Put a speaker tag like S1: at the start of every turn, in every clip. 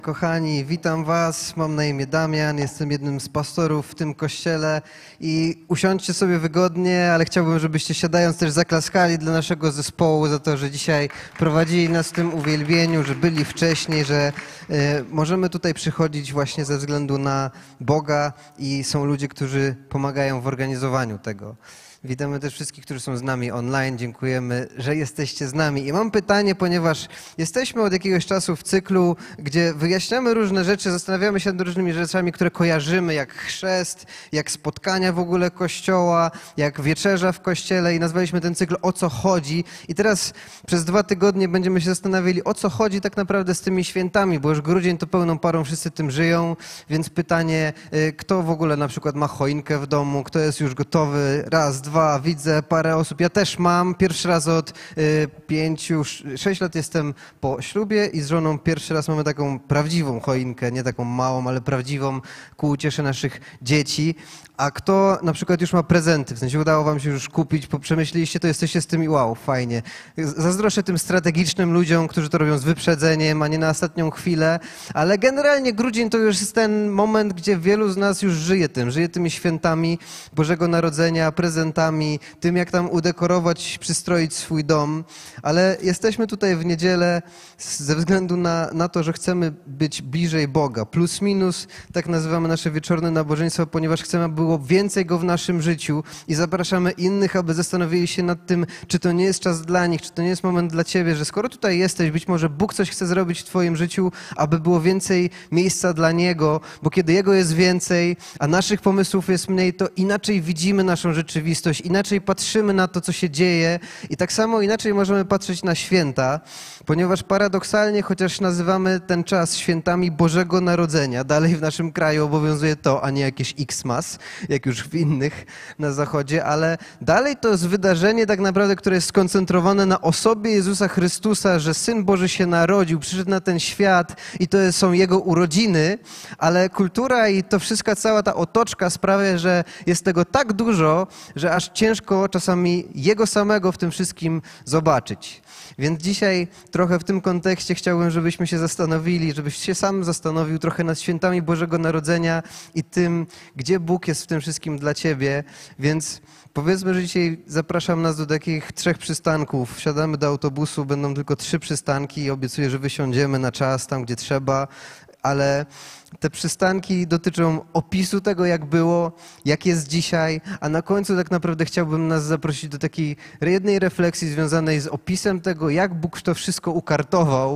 S1: Kochani, witam Was, mam na imię Damian, jestem jednym z pastorów w tym kościele i usiądźcie sobie wygodnie, ale chciałbym, żebyście siadając też zaklaskali dla naszego zespołu za to, że dzisiaj prowadzili nas w tym uwielbieniu, że byli wcześniej, że możemy tutaj przychodzić właśnie ze względu na Boga i są ludzie, którzy pomagają w organizowaniu tego. Witamy też wszystkich, którzy są z nami online. Dziękujemy, że jesteście z nami. I mam pytanie, ponieważ jesteśmy od jakiegoś czasu w cyklu, gdzie wyjaśniamy różne rzeczy, zastanawiamy się nad różnymi rzeczami, które kojarzymy, jak chrzest, jak spotkania w ogóle kościoła, jak wieczerza w kościele i nazwaliśmy ten cykl "O co chodzi?". I teraz przez 2 tygodnie będziemy się zastanawiali, o co chodzi tak naprawdę z tymi świętami, bo już grudzień to pełną parą wszyscy tym żyją, więc pytanie, kto w ogóle na przykład ma choinkę w domu, kto jest już gotowy, raz, dwa, widzę parę osób. Ja też mam. Pierwszy raz od 6 lat jestem po ślubie i z żoną pierwszy raz mamy taką prawdziwą choinkę, nie taką małą, ale prawdziwą ku uciesze naszych dzieci. A kto na przykład już ma prezenty, w sensie udało wam się już kupić, przemyśleliście, to jesteście z tym i wow, fajnie. Zazdroszczę tym strategicznym ludziom, którzy to robią z wyprzedzeniem, a nie na ostatnią chwilę, ale generalnie grudzień to już jest ten moment, gdzie wielu z nas już żyje tymi świętami Bożego Narodzenia, prezentami, tym jak tam udekorować, przystroić swój dom, ale jesteśmy tutaj w niedzielę ze względu na to, że chcemy być bliżej Boga. Plus minus, tak nazywamy nasze wieczorne nabożeństwo, ponieważ chcemy, aby było więcej Go w naszym życiu i zapraszamy innych, aby zastanowili się nad tym, czy to nie jest czas dla nich, czy to nie jest moment dla Ciebie, że skoro tutaj jesteś, być może Bóg coś chce zrobić w Twoim życiu, aby było więcej miejsca dla Niego, bo kiedy Jego jest więcej, a naszych pomysłów jest mniej, to inaczej widzimy naszą rzeczywistość, inaczej patrzymy na to, co się dzieje i tak samo inaczej możemy patrzeć na święta, ponieważ paradoksalnie, chociaż nazywamy ten czas świętami Bożego Narodzenia, dalej w naszym kraju obowiązuje to, a nie jakieś Xmas, jak już w innych na zachodzie, ale dalej to jest wydarzenie tak naprawdę, które jest skoncentrowane na osobie Jezusa Chrystusa, że Syn Boży się narodził, przyszedł na ten świat i to są Jego urodziny, ale kultura i to wszystka, cała ta otoczka sprawia, że jest tego tak dużo, że aż ciężko czasami Jego samego w tym wszystkim zobaczyć. Więc dzisiaj trochę w tym kontekście chciałbym, żebyśmy się zastanowili, żebyś się sam zastanowił trochę nad świętami Bożego Narodzenia i tym, gdzie Bóg jest w tym wszystkim dla Ciebie. Więc powiedzmy, że dzisiaj zapraszam nas do takich 3 przystanków. Wsiadamy do autobusu, będą tylko 3 przystanki i obiecuję, że wysiądziemy na czas tam, gdzie trzeba, ale te przystanki dotyczą opisu tego, jak było, jak jest dzisiaj, a na końcu tak naprawdę chciałbym nas zaprosić do takiej jednej refleksji związanej z opisem tego, jak Bóg to wszystko ukartował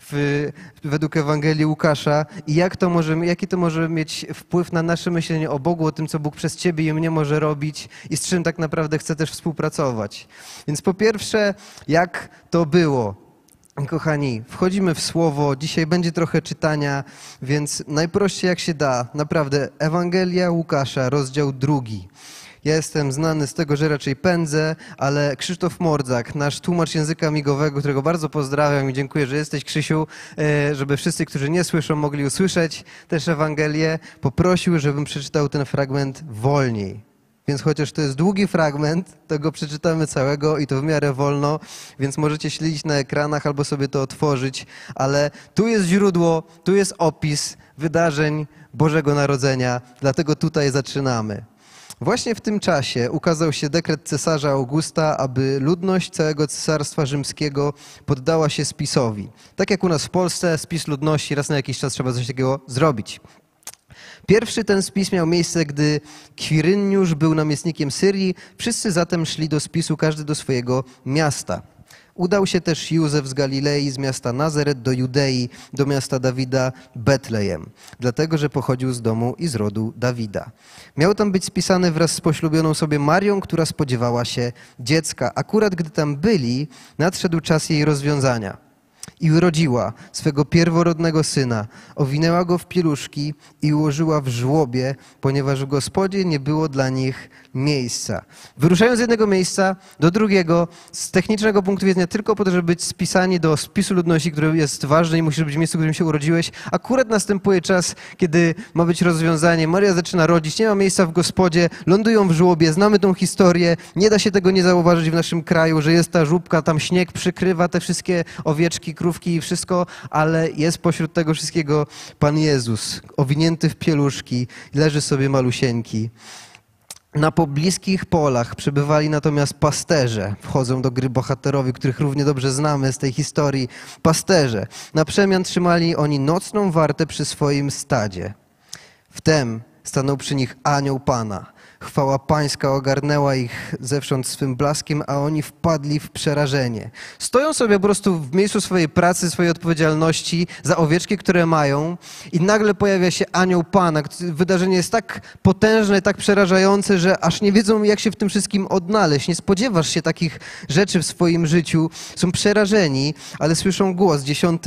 S1: według Ewangelii Łukasza i jaki to może mieć wpływ na nasze myślenie o Bogu, o tym, co Bóg przez Ciebie i mnie może robić i z czym tak naprawdę chce też współpracować. Więc po pierwsze, jak to było? Kochani, wchodzimy w Słowo, dzisiaj będzie trochę czytania, więc najprościej jak się da, naprawdę, Ewangelia Łukasza, rozdział 2. Ja jestem znany z tego, że raczej pędzę, ale Krzysztof Mordzak, nasz tłumacz języka migowego, którego bardzo pozdrawiam i dziękuję, że jesteś, Krzysiu, żeby wszyscy, którzy nie słyszą, mogli usłyszeć też Ewangelię, poprosił, żebym przeczytał ten fragment wolniej. Więc chociaż to jest długi fragment, to go przeczytamy całego i to w miarę wolno, więc możecie śledzić na ekranach albo sobie to otworzyć, ale tu jest źródło, tu jest opis wydarzeń Bożego Narodzenia, dlatego tutaj zaczynamy. Właśnie w tym czasie ukazał się dekret cesarza Augusta, aby ludność całego Cesarstwa Rzymskiego poddała się spisowi. Tak jak u nas w Polsce, spis ludności, raz na jakiś czas trzeba coś takiego zrobić. Pierwszy ten spis miał miejsce, gdy Kwiriniusz był namiestnikiem Syrii. Wszyscy zatem szli do spisu, każdy do swojego miasta. Udał się też Józef z Galilei, z miasta Nazaret do Judei, do miasta Dawida Betlejem, dlatego że pochodził z domu i z rodu Dawida. Miał tam być spisany wraz z poślubioną sobie Marią, która spodziewała się dziecka. Akurat gdy tam byli, nadszedł czas jej rozwiązania. I urodziła swego pierworodnego syna, owinęła go w pieluszki i ułożyła w żłobie, ponieważ w gospodzie nie było dla nich miejsca. Wyruszają z jednego miejsca do drugiego, z technicznego punktu widzenia, tylko po to, żeby być spisani do spisu ludności, który jest ważny i musisz być w miejscu, w którym się urodziłeś. Akurat następuje czas, kiedy ma być rozwiązanie. Maria zaczyna rodzić, nie ma miejsca w gospodzie, lądują w żłobie, znamy tą historię. Nie da się tego nie zauważyć w naszym kraju, że jest ta żłóbka, tam śnieg przykrywa te wszystkie owieczki, krówki, krówki i wszystko, ale jest pośród tego wszystkiego Pan Jezus, owinięty w pieluszki, leży sobie malusieńki. Na pobliskich polach przebywali natomiast pasterze. Wchodzą do gry bohaterowie, których równie dobrze znamy z tej historii. Pasterze. Na przemian trzymali oni nocną wartę przy swoim stadzie. Wtem stanął przy nich anioł Pana. Chwała Pańska ogarnęła ich zewsząd swym blaskiem, a oni wpadli w przerażenie. Stoją sobie po prostu w miejscu swojej pracy, swojej odpowiedzialności za owieczki, które mają i nagle pojawia się anioł Pana. Wydarzenie jest tak potężne, tak przerażające, że aż nie wiedzą, jak się w tym wszystkim odnaleźć. Nie spodziewasz się takich rzeczy w swoim życiu. Są przerażeni, ale słyszą głos, 10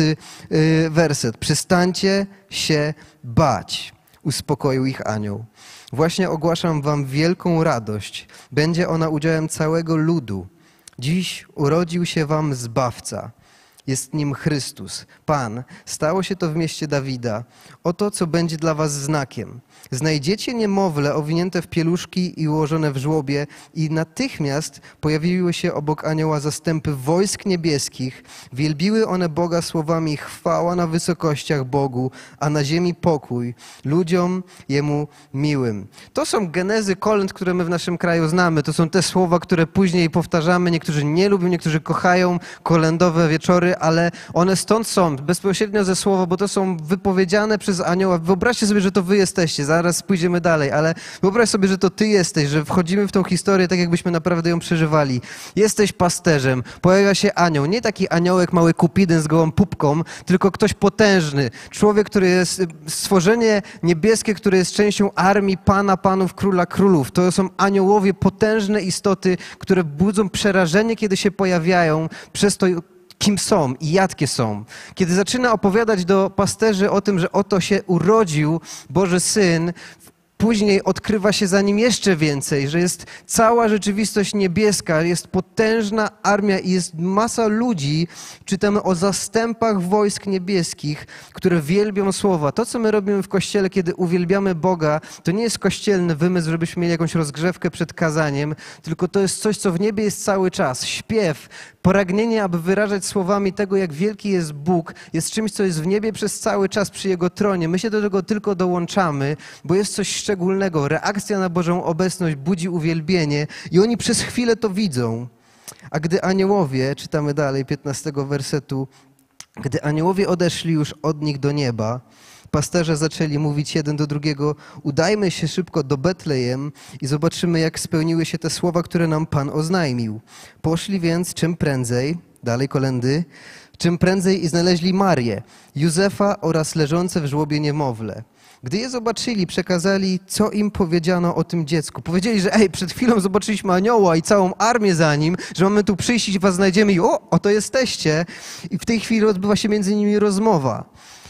S1: werset. Przestańcie się bać. Uspokoił ich anioł. Właśnie ogłaszam wam wielką radość. Będzie ona udziałem całego ludu. Dziś urodził się wam Zbawca. Jest nim Chrystus, Pan. Stało się to w mieście Dawida. Oto, co będzie dla was znakiem. Znajdziecie niemowlę owinięte w pieluszki i ułożone w żłobie i natychmiast pojawiły się obok anioła zastępy wojsk niebieskich. Wielbiły one Boga słowami chwała na wysokościach Bogu, a na ziemi pokój ludziom Jemu miłym. To są genezy kolęd, które my w naszym kraju znamy. To są te słowa, które później powtarzamy. Niektórzy nie lubią, niektórzy kochają kolędowe wieczory, ale one stąd są, bezpośrednio ze słowa, bo to są wypowiedziane przez anioła. Wyobraźcie sobie, że to wy jesteście. Zaraz pójdziemy dalej, ale wyobraź sobie, że to ty jesteś, że wchodzimy w tą historię tak, jakbyśmy naprawdę ją przeżywali. Jesteś pasterzem, pojawia się anioł. Nie taki aniołek, mały kupidyn z gołą pupką, tylko ktoś potężny. Człowiek, który jest, stworzenie niebieskie, które jest częścią armii Pana Panów, Króla Królów. To są aniołowie, potężne istoty, które budzą przerażenie, kiedy się pojawiają, przez to, kim są i jakie są. Kiedy zaczyna opowiadać do pasterzy o tym, że oto się urodził Boży Syn, później odkrywa się za nim jeszcze więcej, że jest cała rzeczywistość niebieska, jest potężna armia i jest masa ludzi. Czytamy o zastępach wojsk niebieskich, które wielbią słowa. To, co my robimy w Kościele, kiedy uwielbiamy Boga, to nie jest kościelny wymysł, żebyśmy mieli jakąś rozgrzewkę przed kazaniem, tylko to jest coś, co w niebie jest cały czas. Śpiew, pragnienie, aby wyrażać słowami tego, jak wielki jest Bóg, jest czymś, co jest w niebie przez cały czas przy Jego tronie. My się do tego tylko dołączamy, bo jest coś szczególnego. Reakcja na Bożą obecność budzi uwielbienie i oni przez chwilę to widzą. A gdy aniołowie, czytamy dalej, 15 wersetu, gdy aniołowie odeszli już od nich do nieba, pasterze zaczęli mówić jeden do drugiego: udajmy się szybko do Betlejem i zobaczymy, jak spełniły się te słowa, które nam Pan oznajmił. Poszli więc czym prędzej, dalej kolędy, czym prędzej i znaleźli Marię, Józefa oraz leżące w żłobie niemowlę. Gdy je zobaczyli, przekazali, co im powiedziano o tym dziecku. Powiedzieli, że przed chwilą zobaczyliśmy anioła i całą armię za nim, że mamy tu przyjść i was znajdziemy i oto jesteście. I w tej chwili odbywa się między nimi rozmowa.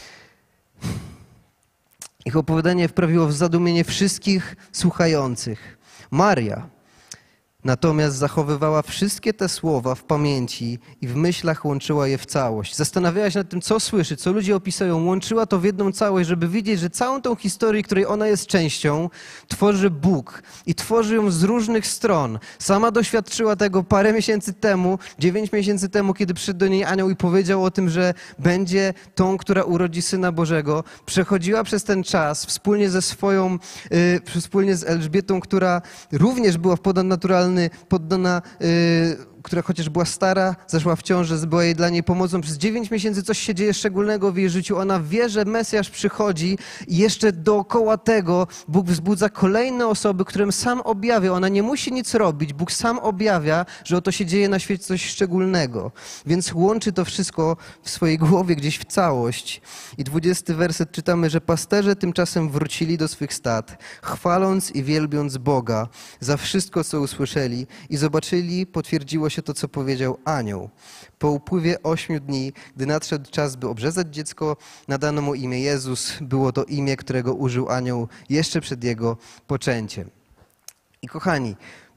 S1: Ich opowiadanie wprawiło w zadumienie wszystkich słuchających. Maria natomiast zachowywała wszystkie te słowa w pamięci i w myślach łączyła je w całość. Zastanawiała się nad tym, co słyszy, co ludzie opisują. Łączyła to w jedną całość, żeby widzieć, że całą tą historię, której ona jest częścią, tworzy Bóg i tworzy ją z różnych stron. Sama doświadczyła tego parę miesięcy temu, 9 miesięcy temu, kiedy przyszedł do niej anioł i powiedział o tym, że będzie tą, która urodzi Syna Bożego. Przechodziła przez ten czas wspólnie wspólnie z Elżbietą, która również była w ponadnaturalny poddana, która chociaż była stara, zaszła w ciążę, była jej dla niej pomocą. Przez 9 miesięcy coś się dzieje szczególnego w jej życiu. Ona wie, że Mesjasz przychodzi i jeszcze dookoła tego Bóg wzbudza kolejne osoby, którym sam objawia. Ona nie musi nic robić. Bóg sam objawia, że oto się dzieje na świecie coś szczególnego. Więc łączy to wszystko w swojej głowie gdzieś w całość. I 20 werset czytamy, że pasterze tymczasem wrócili do swych stad, chwaląc i wielbiąc Boga za wszystko, co usłyszeli i zobaczyli, potwierdziło się to, co powiedział anioł. Po upływie 8 dni, gdy nadszedł czas, by obrzezać dziecko, nadano mu imię Jezus. Było to imię, którego użył anioł jeszcze przed jego poczęciem. I kochani,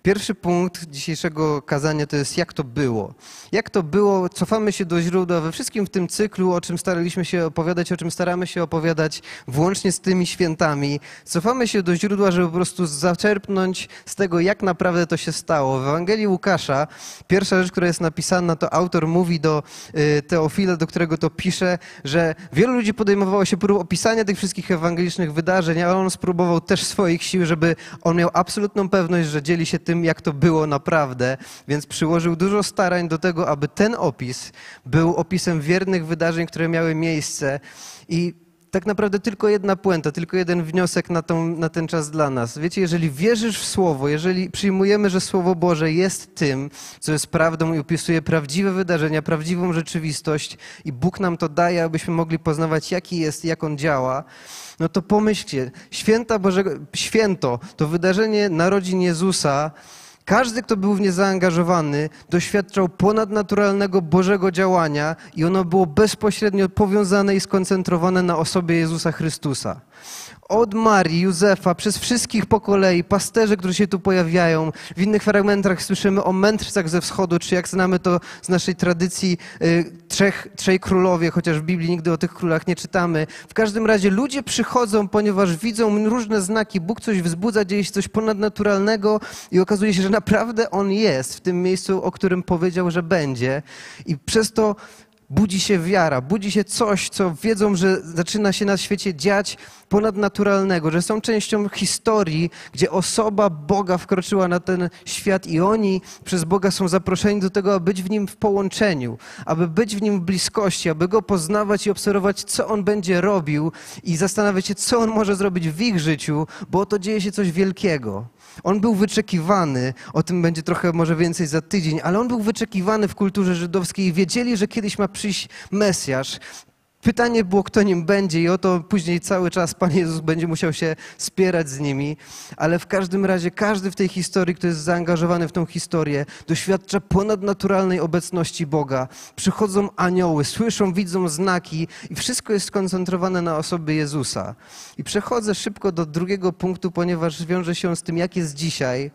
S1: Pierwszy punkt dzisiejszego kazania to jest jak to było. Jak to było, cofamy się do źródła we wszystkim w tym cyklu, o czym staraliśmy się opowiadać, o czym staramy się opowiadać włącznie z tymi świętami. Cofamy się do źródła, żeby po prostu zaczerpnąć z tego, jak naprawdę to się stało. W Ewangelii Łukasza pierwsza rzecz, która jest napisana, to autor mówi do Teofila, do którego to pisze, że wielu ludzi podejmowało się prób opisania tych wszystkich ewangelicznych wydarzeń, ale on spróbował też swoich sił, żeby on miał absolutną pewność, że dzieli się tym, jak to było naprawdę, więc przyłożył dużo starań do tego, aby ten opis był opisem wiernych wydarzeń, które miały miejsce i tak naprawdę tylko jedna puenta, tylko jeden wniosek na ten czas dla nas. Wiecie, jeżeli wierzysz w Słowo, jeżeli przyjmujemy, że Słowo Boże jest tym, co jest prawdą i opisuje prawdziwe wydarzenia, prawdziwą rzeczywistość i Bóg nam to daje, abyśmy mogli poznawać, jaki jest, jak On działa, no to pomyślcie, święto, to wydarzenie narodzin Jezusa, każdy, kto był w nie zaangażowany, doświadczał ponadnaturalnego Bożego działania i ono było bezpośrednio powiązane i skoncentrowane na osobie Jezusa Chrystusa. Od Marii, Józefa, przez wszystkich po kolei, pasterze, którzy się tu pojawiają. W innych fragmentach słyszymy o mędrcach ze wschodu, czy jak znamy to z naszej tradycji trzej królowie, chociaż w Biblii nigdy o tych królach nie czytamy. W każdym razie ludzie przychodzą, ponieważ widzą różne znaki, Bóg coś wzbudza, dzieje się coś ponadnaturalnego i okazuje się, że naprawdę On jest w tym miejscu, o którym powiedział, że będzie. I przez to budzi się wiara, budzi się coś, co wiedzą, że zaczyna się na świecie dziać ponadnaturalnego, że są częścią historii, gdzie osoba Boga wkroczyła na ten świat i oni przez Boga są zaproszeni do tego, aby być w Nim w połączeniu, aby być w Nim w bliskości, aby Go poznawać i obserwować, co On będzie robił i zastanawiać się, co On może zrobić w ich życiu, bo oto dzieje się coś wielkiego. On był wyczekiwany, o tym będzie trochę może więcej za tydzień, ale on był wyczekiwany w kulturze żydowskiej i wiedzieli, że kiedyś ma przyjść Mesjasz. Pytanie było, kto nim będzie i oto później cały czas Pan Jezus będzie musiał się spierać z nimi, ale w każdym razie każdy w tej historii, kto jest zaangażowany w tą historię, doświadcza ponadnaturalnej obecności Boga. Przychodzą anioły, słyszą, widzą znaki i wszystko jest skoncentrowane na osobie Jezusa. I przechodzę szybko do drugiego punktu, ponieważ wiąże się z tym, jak jest dzisiaj.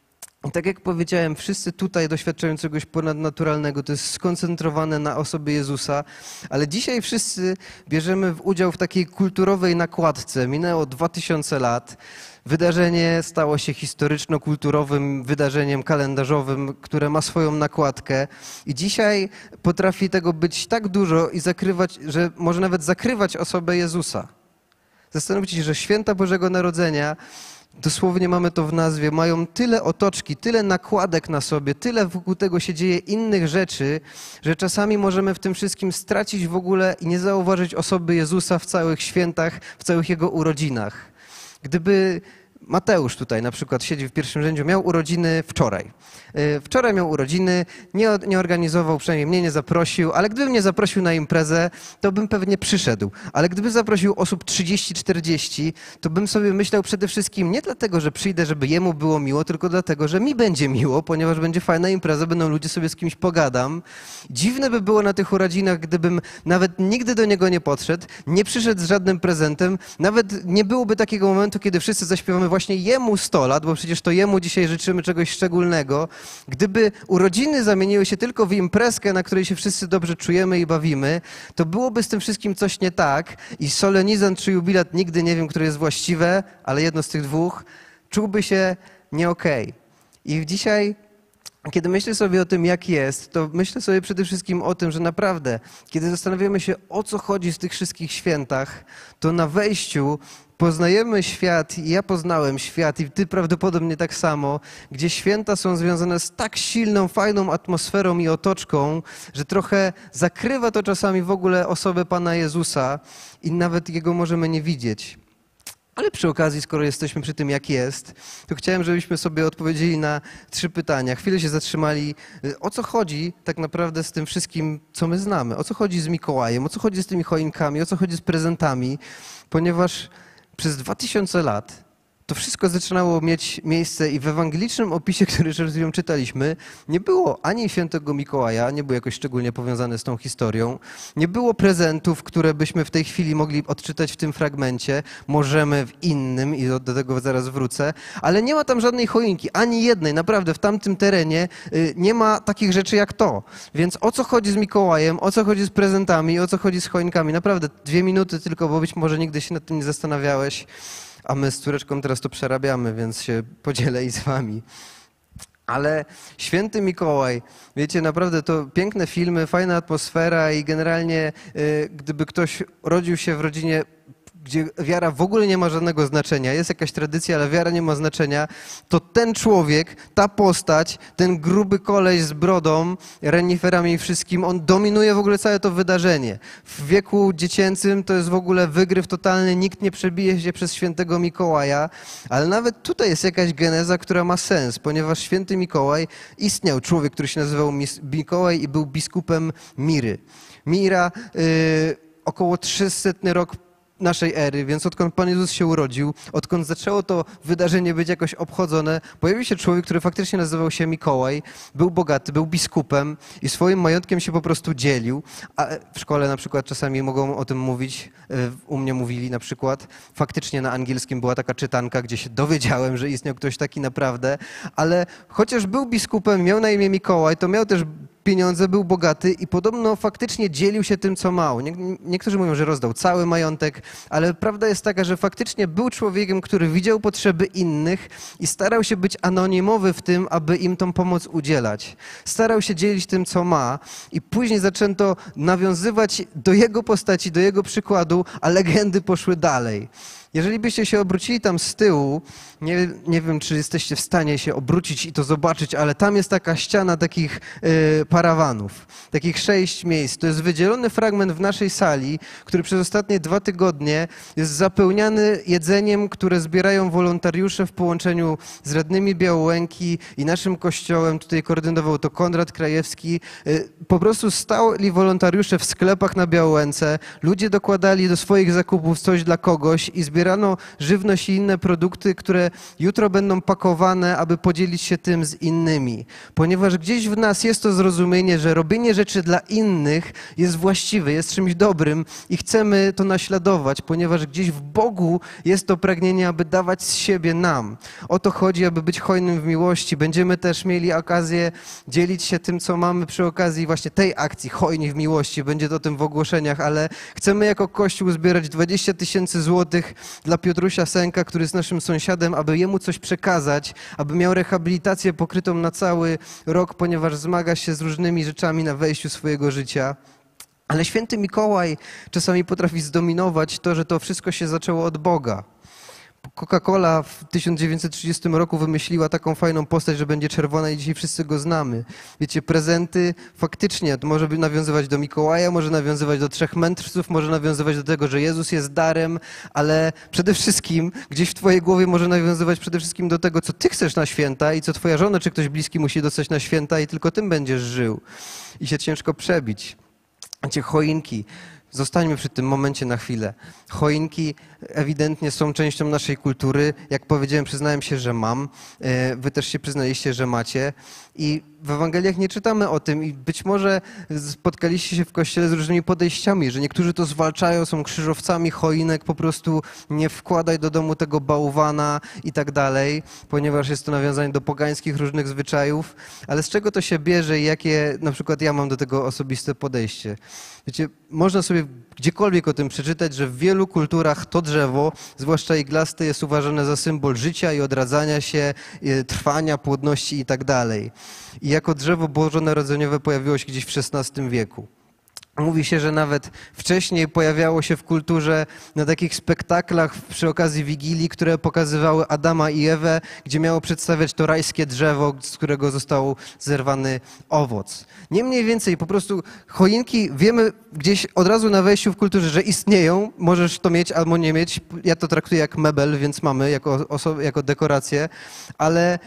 S1: I tak jak powiedziałem, wszyscy tutaj doświadczają czegoś ponadnaturalnego, to jest skoncentrowane na osobie Jezusa, ale dzisiaj wszyscy bierzemy udział w takiej kulturowej nakładce. Minęło 2000 lat, wydarzenie stało się historyczno-kulturowym wydarzeniem kalendarzowym, które ma swoją nakładkę i dzisiaj potrafi tego być tak dużo i zakrywać, że może nawet zakrywać osobę Jezusa. Zastanówcie się, że święta Bożego Narodzenia, dosłownie mamy to w nazwie, mają tyle otoczki, tyle nakładek na sobie, tyle wokół tego się dzieje innych rzeczy, że czasami możemy w tym wszystkim stracić w ogóle i nie zauważyć osoby Jezusa w całych świętach, w całych Jego urodzinach. Gdyby Mateusz tutaj na przykład siedzi w pierwszym rzędzie, miał urodziny wczoraj. Wczoraj miał urodziny, nie organizował, przynajmniej mnie nie zaprosił, ale gdybym mnie zaprosił na imprezę, to bym pewnie przyszedł. Ale gdyby zaprosił osób 30-40, to bym sobie myślał przede wszystkim nie dlatego, że przyjdę, żeby jemu było miło, tylko dlatego, że mi będzie miło, ponieważ będzie fajna impreza, będą ludzie, sobie z kimś pogadam. Dziwne by było na tych urodzinach, gdybym nawet nigdy do niego nie podszedł, nie przyszedł z żadnym prezentem, nawet nie byłoby takiego momentu, kiedy wszyscy zaśpiewamy właśnie jemu 100 lat, bo przecież to jemu dzisiaj życzymy czegoś szczególnego. Gdyby urodziny zamieniły się tylko w imprezkę, na której się wszyscy dobrze czujemy i bawimy, to byłoby z tym wszystkim coś nie tak i solenizant czy jubilat, nigdy nie wiem, które jest właściwe, ale jedno z tych dwóch, czułby się nie okej. I dzisiaj, kiedy myślę sobie o tym, jak jest, to myślę sobie przede wszystkim o tym, że naprawdę, kiedy zastanawiamy się, o co chodzi w tych wszystkich świętach, to na wejściu poznajemy świat i ja poznałem świat i ty prawdopodobnie tak samo, gdzie święta są związane z tak silną, fajną atmosferą i otoczką, że trochę zakrywa to czasami w ogóle osobę Pana Jezusa i nawet Jego możemy nie widzieć. Ale przy okazji, skoro jesteśmy przy tym, jak jest, to chciałem, żebyśmy sobie odpowiedzieli na 3 pytania. Chwilę się zatrzymali, o co chodzi tak naprawdę z tym wszystkim, co my znamy. O co chodzi z Mikołajem, o co chodzi z tymi choinkami, o co chodzi z prezentami, ponieważ przez 2000 lat to wszystko zaczynało mieć miejsce i w ewangelicznym opisie, który przed chwilą czytaliśmy, nie było ani świętego Mikołaja, nie był jakoś szczególnie powiązany z tą historią, nie było prezentów, które byśmy w tej chwili mogli odczytać w tym fragmencie, możemy w innym i do tego zaraz wrócę, ale nie ma tam żadnej choinki, ani jednej, naprawdę w tamtym terenie nie ma takich rzeczy jak to. Więc o co chodzi z Mikołajem, o co chodzi z prezentami, o co chodzi z choinkami? Naprawdę 2 minuty tylko, bo być może nigdy się nad tym nie zastanawiałeś, a my z córeczką teraz to przerabiamy, więc się podzielę i z wami. Ale Święty Mikołaj, wiecie, naprawdę to piękne filmy, fajna atmosfera i generalnie gdyby ktoś rodził się w rodzinie, gdzie wiara w ogóle nie ma żadnego znaczenia, jest jakaś tradycja, ale wiara nie ma znaczenia, to ten człowiek, ta postać, ten gruby koleś z brodą, reniferami i wszystkim, on dominuje w ogóle całe to wydarzenie. W wieku dziecięcym to jest w ogóle wygryw totalny, nikt nie przebije się przez świętego Mikołaja, ale nawet tutaj jest jakaś geneza, która ma sens, ponieważ święty Mikołaj istniał, człowiek, który się nazywał Mikołaj i był biskupem Miry. Mira, około 300 rok naszej ery, więc odkąd Pan Jezus się urodził, odkąd zaczęło to wydarzenie być jakoś obchodzone, pojawił się człowiek, który faktycznie nazywał się Mikołaj, był bogaty, był biskupem i swoim majątkiem się po prostu dzielił. A w szkole na przykład czasami mogą o tym mówić, u mnie mówili na przykład, faktycznie na angielskim była taka czytanka, gdzie się dowiedziałem, że istniał ktoś taki naprawdę, ale chociaż był biskupem, miał na imię Mikołaj, to miał też pieniądze, był bogaty i podobno faktycznie dzielił się tym, co mał. Niektórzy mówią, że rozdał cały majątek, ale prawda jest taka, że faktycznie był człowiekiem, który widział potrzeby innych i starał się być anonimowy w tym, aby im tą pomoc udzielać. Starał się dzielić tym, co ma i później zaczęto nawiązywać do jego postaci, do jego przykładu, a legendy poszły dalej. Jeżeli byście się obrócili tam z tyłu, nie wiem, czy jesteście w stanie się obrócić i to zobaczyć, ale tam jest taka ściana takich parawanów, takich 6 miejsc. To jest wydzielony fragment w naszej sali, który przez ostatnie 2 tygodnie jest zapełniany jedzeniem, które zbierają wolontariusze w połączeniu z radnymi Białołęki i naszym kościołem. Tutaj koordynował to Konrad Krajewski. Po prostu stali wolontariusze w sklepach na Białołęce. Ludzie dokładali do swoich zakupów coś dla kogoś i zbierano żywność i inne produkty, które jutro będą pakowane, aby podzielić się tym z innymi. Ponieważ gdzieś w nas jest to zrozumienie, że robienie rzeczy dla innych jest właściwe, jest czymś dobrym i chcemy to naśladować, ponieważ gdzieś w Bogu jest to pragnienie, aby dawać z siebie nam. O to chodzi, aby być hojnym w miłości. Będziemy też mieli okazję dzielić się tym, co mamy przy okazji właśnie tej akcji, hojni w miłości. Będzie to o tym w ogłoszeniach, ale chcemy jako Kościół zbierać 20 000 złotych dla Piotrusia Sęka, który jest naszym sąsiadem, aby jemu coś przekazać, aby miał rehabilitację pokrytą na cały rok, ponieważ zmaga się z różnymi rzeczami na wejściu swojego życia. Ale święty Mikołaj czasami potrafi zdominować to, że to wszystko się zaczęło od Boga. Coca-Cola w 1930 roku wymyśliła taką fajną postać, że będzie czerwona i dzisiaj wszyscy go znamy. Wiecie, prezenty faktycznie to może nawiązywać do Mikołaja, może nawiązywać do 3 mędrców, może nawiązywać do tego, że Jezus jest darem, ale przede wszystkim gdzieś w twojej głowie może nawiązywać przede wszystkim do tego, co ty chcesz na święta i co twoja żona czy ktoś bliski musi dostać na święta i tylko tym będziesz żył. I się ciężko przebić. Wiecie, choinki. Zostańmy przy tym momencie na chwilę. Choinki ewidentnie są częścią naszej kultury. Jak powiedziałem, przyznałem się, że mam. Wy też się przyznaliście, że macie. I w Ewangeliach nie czytamy o tym i być może spotkaliście się w Kościele z różnymi podejściami, że niektórzy to zwalczają, są krzyżowcami choinek, po prostu nie wkładaj do domu tego bałwana i tak dalej, ponieważ jest to nawiązanie do pogańskich różnych zwyczajów. Ale z czego to się bierze i jakie na przykład ja mam do tego osobiste podejście? Wiecie, można sobie gdziekolwiek o tym przeczytać, że w wielu kulturach to drzewo, zwłaszcza iglaste, jest uważane za symbol życia i odradzania się, trwania, płodności i tak dalej. I jako drzewo bożonarodzeniowe pojawiło się gdzieś w XVI wieku. Mówi się, że nawet wcześniej pojawiało się w kulturze na takich spektaklach przy okazji Wigilii, które pokazywały Adama i Ewę, gdzie miało przedstawiać to rajskie drzewo, z którego został zerwany owoc. Niemniej więcej po prostu choinki wiemy gdzieś od razu na wejściu w kulturze, że istnieją, możesz to mieć albo nie mieć. Ja to traktuję jak mebel, więc mamy jako dekorację, ale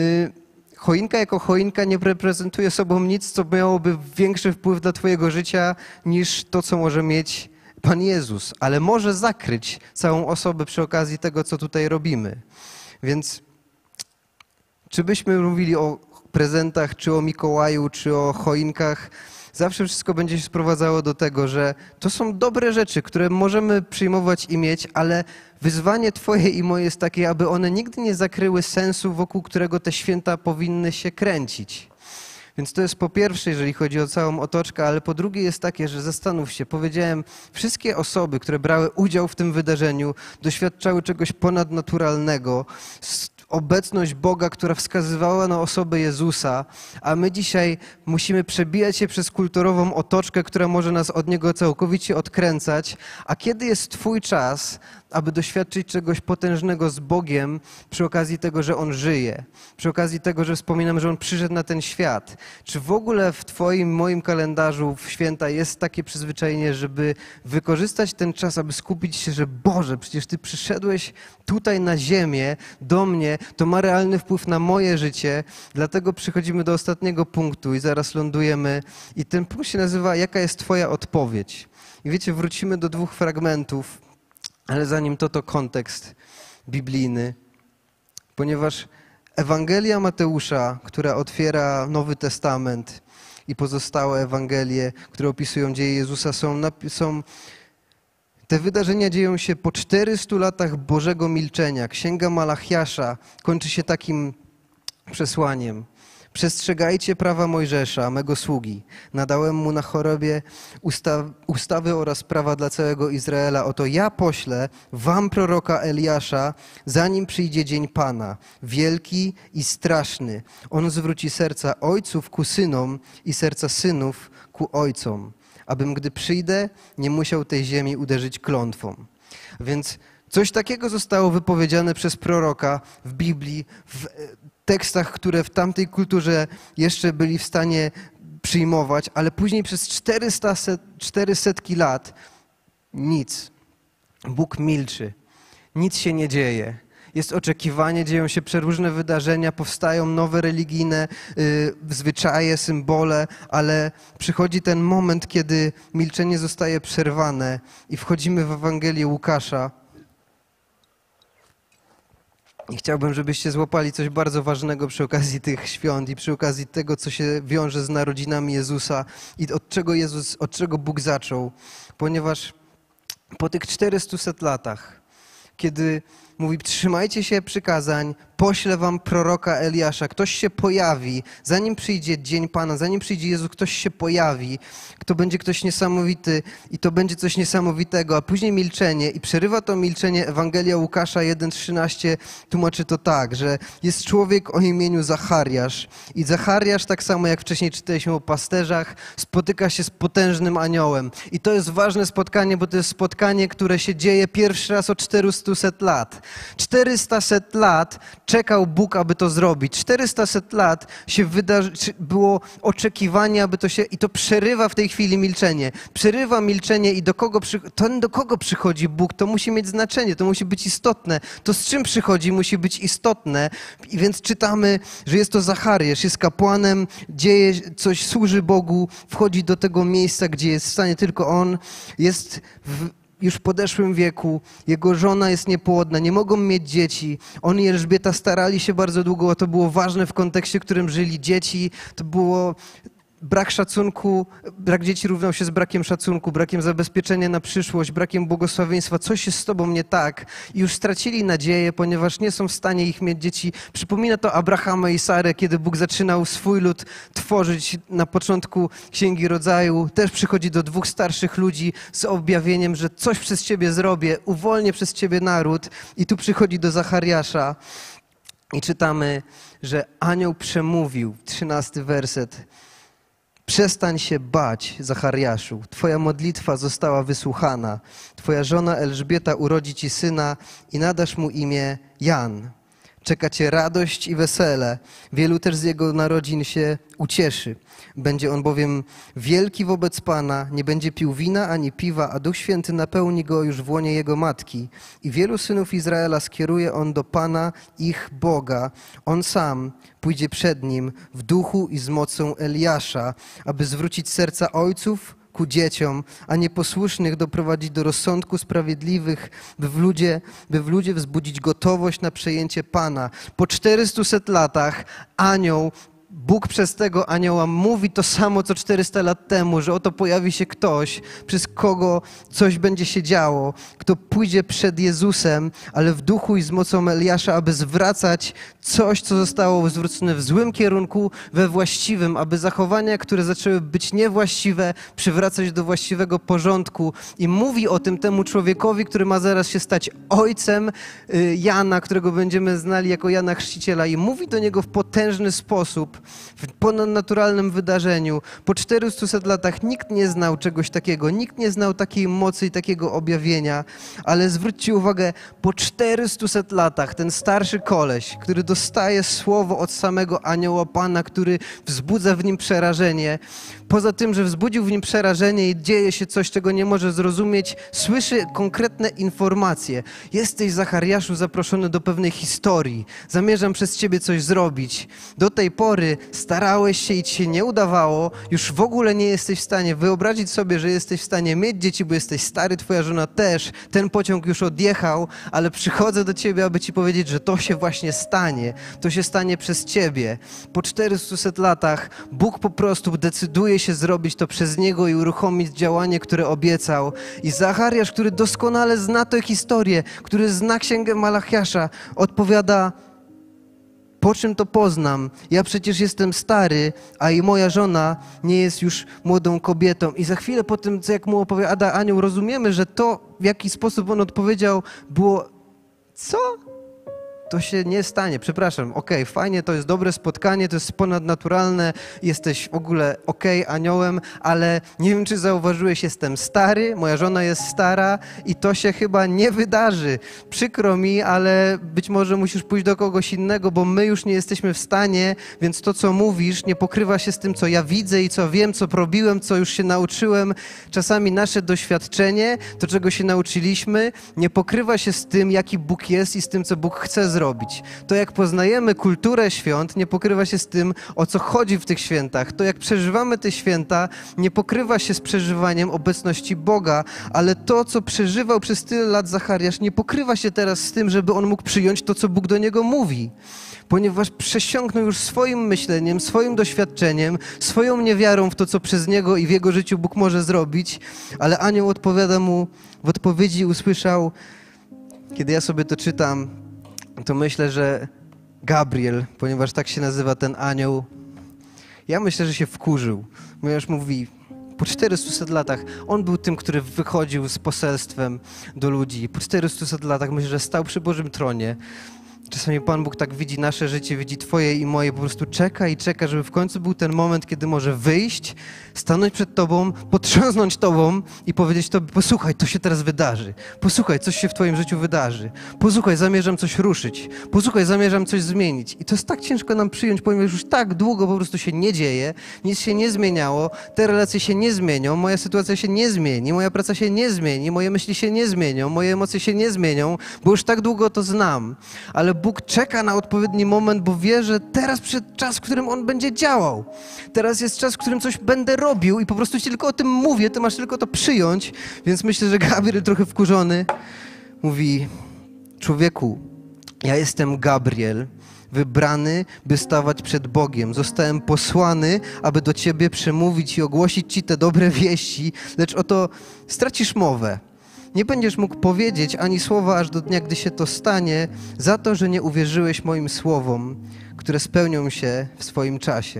S1: choinka jako choinka nie reprezentuje sobą nic, co miałoby większy wpływ dla twojego życia niż to, co może mieć Pan Jezus, ale może zakryć całą osobę przy okazji tego, co tutaj robimy. Więc czy byśmy mówili o prezentach, czy o Mikołaju, czy o choinkach, zawsze wszystko będzie się sprowadzało do tego, że to są dobre rzeczy, które możemy przyjmować i mieć, ale wyzwanie Twoje i moje jest takie, aby one nigdy nie zakryły sensu, wokół którego te święta powinny się kręcić. Więc to jest po pierwsze, jeżeli chodzi o całą otoczkę, ale po drugie jest takie, że zastanów się, powiedziałem, wszystkie osoby, które brały udział w tym wydarzeniu, doświadczały czegoś ponadnaturalnego, obecność Boga, która wskazywała na osobę Jezusa, a my dzisiaj musimy przebijać się przez kulturową otoczkę, która może nas od Niego całkowicie odkręcać. A kiedy jest Twój czas, aby doświadczyć czegoś potężnego z Bogiem przy okazji tego, że On żyje, przy okazji tego, że wspominam, że On przyszedł na ten świat? Czy w ogóle w Twoim, moim kalendarzu w święta jest takie przyzwyczajenie, żeby wykorzystać ten czas, aby skupić się, że Boże, przecież Ty przyszedłeś tutaj na ziemię, do mnie, to ma realny wpływ na moje życie, dlatego przychodzimy do ostatniego punktu i zaraz lądujemy. I ten punkt się nazywa Jaka jest Twoja odpowiedź? I wiecie, wrócimy do 2 fragmentów, ale zanim to kontekst biblijny, ponieważ Ewangelia Mateusza, która otwiera Nowy Testament i pozostałe Ewangelie, które opisują dzieje Jezusa, te wydarzenia dzieją się po 400 latach Bożego milczenia. Księga Malachiasza kończy się takim przesłaniem. Przestrzegajcie prawa Mojżesza, mego sługi. Nadałem mu na chorobie ustawy oraz prawa dla całego Izraela. Oto ja poślę wam proroka Eliasza, zanim przyjdzie dzień Pana, wielki i straszny. On zwróci serca ojców ku synom i serca synów ku ojcom, abym, gdy przyjdę, nie musiał tej ziemi uderzyć klątwą. Więc coś takiego zostało wypowiedziane przez proroka w Biblii, w tekstach, które w tamtej kulturze jeszcze byli w stanie przyjmować, ale później przez 400 lat nic. Bóg milczy. Nic się nie dzieje. Jest oczekiwanie, dzieją się przeróżne wydarzenia, powstają nowe religijne zwyczaje, symbole, ale przychodzi ten moment, kiedy milczenie zostaje przerwane i wchodzimy w Ewangelię Łukasza. I chciałbym, żebyście złapali coś bardzo ważnego przy okazji tych świąt i przy okazji tego, co się wiąże z narodzinami Jezusa i od czego Bóg zaczął. Ponieważ po tych 400 latach, kiedy mówi, trzymajcie się przykazań, poślę wam proroka Eliasza. Ktoś się pojawi, zanim przyjdzie dzień Pana, zanim przyjdzie Jezus, ktoś się pojawi. To będzie ktoś niesamowity i to będzie coś niesamowitego. A później milczenie i przerywa to milczenie. Ewangelia Łukasza 1,13 tłumaczy to tak, że jest człowiek o imieniu Zachariasz. I Zachariasz, tak samo jak wcześniej czytaliśmy o pasterzach, spotyka się z potężnym aniołem. I to jest ważne spotkanie, bo to jest spotkanie, które się dzieje pierwszy raz od 400 lat. 400 lat czekał Bóg, aby to zrobić. 400 lat było oczekiwanie, aby to się... I to przerywa w tej chwili milczenie. Przerywa milczenie i do kogo przychodzi Bóg, to musi mieć znaczenie, to musi być istotne. To z czym przychodzi, musi być istotne. I więc czytamy, że jest to Zachariasz, jest kapłanem, dzieje coś, służy Bogu, wchodzi do tego miejsca, gdzie jest w stanie tylko on, jest już w podeszłym wieku, jego żona jest niepłodna, nie mogą mieć dzieci. On i Elżbieta starali się bardzo długo, a to było ważne w kontekście, w którym żyli dzieci. To było brak szacunku, brak dzieci równał się z brakiem szacunku, brakiem zabezpieczenia na przyszłość, brakiem błogosławieństwa. Coś jest z tobą nie tak. I już stracili nadzieję, ponieważ nie są w stanie ich mieć dzieci. Przypomina to Abrahama i Sarę, kiedy Bóg zaczynał swój lud tworzyć na początku Księgi Rodzaju. Też przychodzi do 2 starszych ludzi z objawieniem, że coś przez ciebie zrobię, uwolnię przez ciebie naród. I tu przychodzi do Zachariasza i czytamy, że anioł przemówił, 13 werset. Przestań się bać, Zachariaszu. Twoja modlitwa została wysłuchana. Twoja żona Elżbieta urodzi ci syna i nadasz mu imię Jan. Czeka cię radość i wesele. Wielu też z jego narodzin się ucieszy. Będzie on bowiem wielki wobec Pana, nie będzie pił wina ani piwa, a Duch Święty napełni go już w łonie jego matki. I wielu synów Izraela skieruje on do Pana, ich Boga. On sam pójdzie przed nim w duchu i z mocą Eliasza, aby zwrócić serca ojców ku dzieciom, a nieposłusznych doprowadzić do rozsądku sprawiedliwych, by w ludzie wzbudzić gotowość na przejęcie Pana. Po 400 latach Bóg przez tego anioła mówi to samo, co 400 lat temu, że oto pojawi się ktoś, przez kogo coś będzie się działo, kto pójdzie przed Jezusem, ale w duchu i z mocą Eliasza, aby zwracać coś, co zostało zwrócone w złym kierunku, we właściwym, aby zachowania, które zaczęły być niewłaściwe, przywracać do właściwego porządku. I mówi o tym temu człowiekowi, który ma zaraz się stać ojcem Jana, którego będziemy znali jako Jana Chrzciciela, i mówi do niego w potężny sposób, w ponadnaturalnym wydarzeniu. Po 400 latach nikt nie znał czegoś takiego, nikt nie znał takiej mocy i takiego objawienia, ale zwróćcie uwagę, po 400 latach ten starszy koleś, który dostaje słowo od samego anioła Pana, który wzbudza w nim przerażenie, poza tym, że wzbudził w nim przerażenie i dzieje się coś, czego nie może zrozumieć, słyszy konkretne informacje. Jesteś, Zachariaszu, zaproszony do pewnej historii. Zamierzam przez ciebie coś zrobić. Do tej pory starałeś się i ci się nie udawało. Już w ogóle nie jesteś w stanie wyobrazić sobie, że jesteś w stanie mieć dzieci, bo jesteś stary, twoja żona też. Ten pociąg już odjechał, ale przychodzę do ciebie, aby ci powiedzieć, że to się właśnie stanie. To się stanie przez ciebie. Po 400 latach Bóg po prostu decyduje się zrobić to przez niego i uruchomić działanie, które obiecał. I Zachariasz, który doskonale zna tę historię, który zna Księgę Malachiasza, odpowiada: po czym to poznam? Ja przecież jestem stary, a i moja żona nie jest już młodą kobietą. I za chwilę po tym, co jak mu opowiada anioł, rozumiemy, że to, w jaki sposób on odpowiedział, było: co? To się nie stanie, przepraszam, fajnie, to jest dobre spotkanie, to jest ponadnaturalne, jesteś w ogóle aniołem, ale nie wiem, czy zauważyłeś, jestem stary, moja żona jest stara i to się chyba nie wydarzy. Przykro mi, ale być może musisz pójść do kogoś innego, bo my już nie jesteśmy w stanie, więc to, co mówisz, nie pokrywa się z tym, co ja widzę i co wiem, co robiłem, co już się nauczyłem. Czasami nasze doświadczenie, to, czego się nauczyliśmy, nie pokrywa się z tym, jaki Bóg jest i z tym, co Bóg chce zrobić. To, jak poznajemy kulturę świąt, nie pokrywa się z tym, o co chodzi w tych świętach. To, jak przeżywamy te święta, nie pokrywa się z przeżywaniem obecności Boga, ale to, co przeżywał przez tyle lat Zachariasz, nie pokrywa się teraz z tym, żeby on mógł przyjąć to, co Bóg do niego mówi. Ponieważ przesiąknął już swoim myśleniem, swoim doświadczeniem, swoją niewiarą w to, co przez niego i w jego życiu Bóg może zrobić, ale anioł odpowiada mu, w odpowiedzi usłyszał, kiedy ja sobie to czytam, to myślę, że Gabriel, ponieważ tak się nazywa ten anioł, ja myślę, że się wkurzył. Ponieważ mówi, po 400 latach on był tym, który wychodził z poselstwem do ludzi. Po 400 latach myślę, że stał przy Bożym tronie. Czasami Pan Bóg tak widzi nasze życie, widzi twoje i moje, po prostu czeka i czeka, żeby w końcu był ten moment, kiedy może wyjść, stanąć przed tobą, potrząsnąć tobą i powiedzieć tobie: posłuchaj, to się teraz wydarzy. Posłuchaj, coś się w twoim życiu wydarzy. Posłuchaj, zamierzam coś ruszyć. Posłuchaj, zamierzam coś zmienić. I to jest tak ciężko nam przyjąć, ponieważ już tak długo po prostu się nie dzieje, nic się nie zmieniało, te relacje się nie zmienią, moja sytuacja się nie zmieni, moja praca się nie zmieni, moje myśli się nie zmienią, moje emocje się nie zmienią, bo już tak długo to znam. Ale Bóg czeka na odpowiedni moment, bo wie, że teraz przyszedł czas, w którym On będzie działał. Teraz jest czas, w którym coś będę robił i po prostu ci tylko o tym mówię, ty masz tylko to przyjąć. Więc myślę, że Gabriel trochę wkurzony mówi: człowieku, ja jestem Gabriel, wybrany, by stawać przed Bogiem. Zostałem posłany, aby do ciebie przemówić i ogłosić ci te dobre wieści, lecz oto stracisz mowę. Nie będziesz mógł powiedzieć ani słowa aż do dnia, gdy się to stanie, za to, że nie uwierzyłeś moim słowom, które spełnią się w swoim czasie.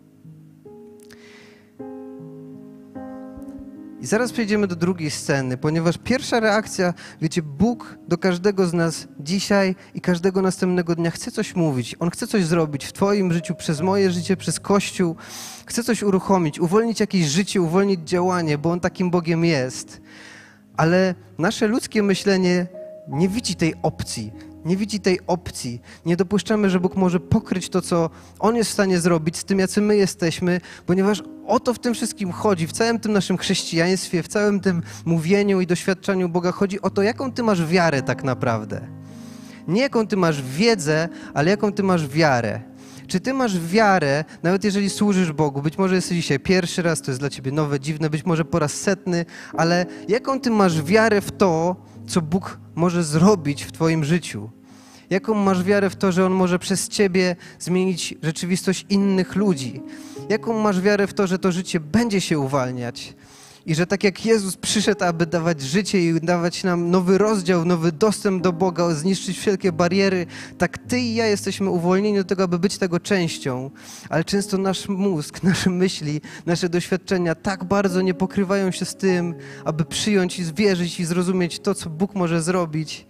S1: I zaraz przejdziemy do drugiej sceny, ponieważ pierwsza reakcja, wiecie, Bóg do każdego z nas dzisiaj i każdego następnego dnia chce coś mówić. On chce coś zrobić w twoim życiu, przez moje życie, przez Kościół. Chce coś uruchomić, uwolnić jakieś życie, uwolnić działanie, bo On takim Bogiem jest. Ale nasze ludzkie myślenie nie widzi tej opcji. Nie widzi tej opcji. Nie dopuszczamy, że Bóg może pokryć to, co On jest w stanie zrobić z tym, jacy my jesteśmy, ponieważ o to w tym wszystkim chodzi. W całym tym naszym chrześcijaństwie, w całym tym mówieniu i doświadczaniu Boga chodzi o to, jaką ty masz wiarę tak naprawdę. Nie jaką ty masz wiedzę, ale jaką ty masz wiarę. Czy ty masz wiarę, nawet jeżeli służysz Bogu, być może jesteś dzisiaj pierwszy raz, to jest dla ciebie nowe, dziwne, być może po raz setny, ale jaką ty masz wiarę w to, co Bóg może zrobić w twoim życiu? Jaką masz wiarę w to, że On może przez ciebie zmienić rzeczywistość innych ludzi? Jaką masz wiarę w to, że to życie będzie się uwalniać? I że tak jak Jezus przyszedł, aby dawać życie i dawać nam nowy rozdział, nowy dostęp do Boga, zniszczyć wszelkie bariery, tak ty i ja jesteśmy uwolnieni do tego, aby być tego częścią. Ale często nasz mózg, nasze myśli, nasze doświadczenia tak bardzo nie pokrywają się z tym, aby przyjąć i wierzyć i zrozumieć to, co Bóg może zrobić,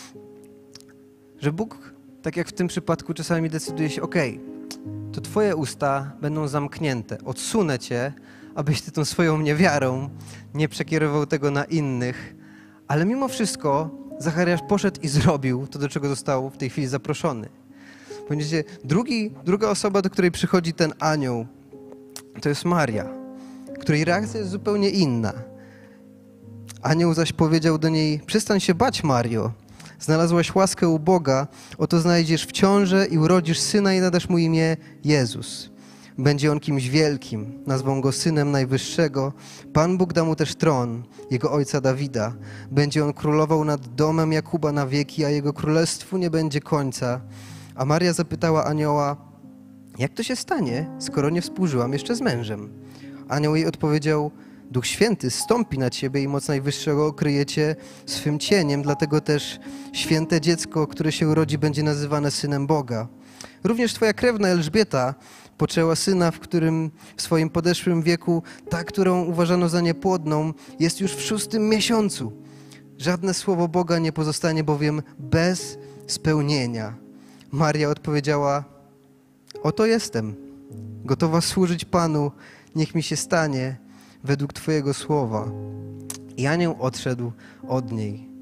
S1: że Bóg, tak jak w tym przypadku, czasami decyduje się, to twoje usta będą zamknięte, odsunę cię, abyś ty tą swoją niewiarą nie przekierował tego na innych. Ale mimo wszystko Zachariasz poszedł i zrobił to, do czego został w tej chwili zaproszony. Będziecie, druga osoba, do której przychodzi ten anioł, to jest Maria, której reakcja jest zupełnie inna. Anioł zaś powiedział do niej, przestań się bać, Mario. Znalazłaś łaskę u Boga, oto znajdziesz w ciąży i urodzisz syna i nadasz mu imię Jezus. Będzie on kimś wielkim, nazwą go Synem Najwyższego. Pan Bóg da mu też tron, jego ojca Dawida. Będzie on królował nad domem Jakuba na wieki, a jego królestwu nie będzie końca. A Maria zapytała anioła, jak to się stanie, skoro nie współżyłam jeszcze z mężem? Anioł jej odpowiedział, Duch Święty zstąpi na ciebie i moc Najwyższego okryje cię swym cieniem, dlatego też święte dziecko, które się urodzi, będzie nazywane Synem Boga. Również twoja krewna Elżbieta poczęła syna, w którym w swoim podeszłym wieku ta, którą uważano za niepłodną, jest już w 6. miesiącu. Żadne słowo Boga nie pozostanie bowiem bez spełnienia. Maria odpowiedziała, oto jestem, gotowa służyć Panu, niech mi się stanie według Twojego słowa. I anioł odszedł od niej.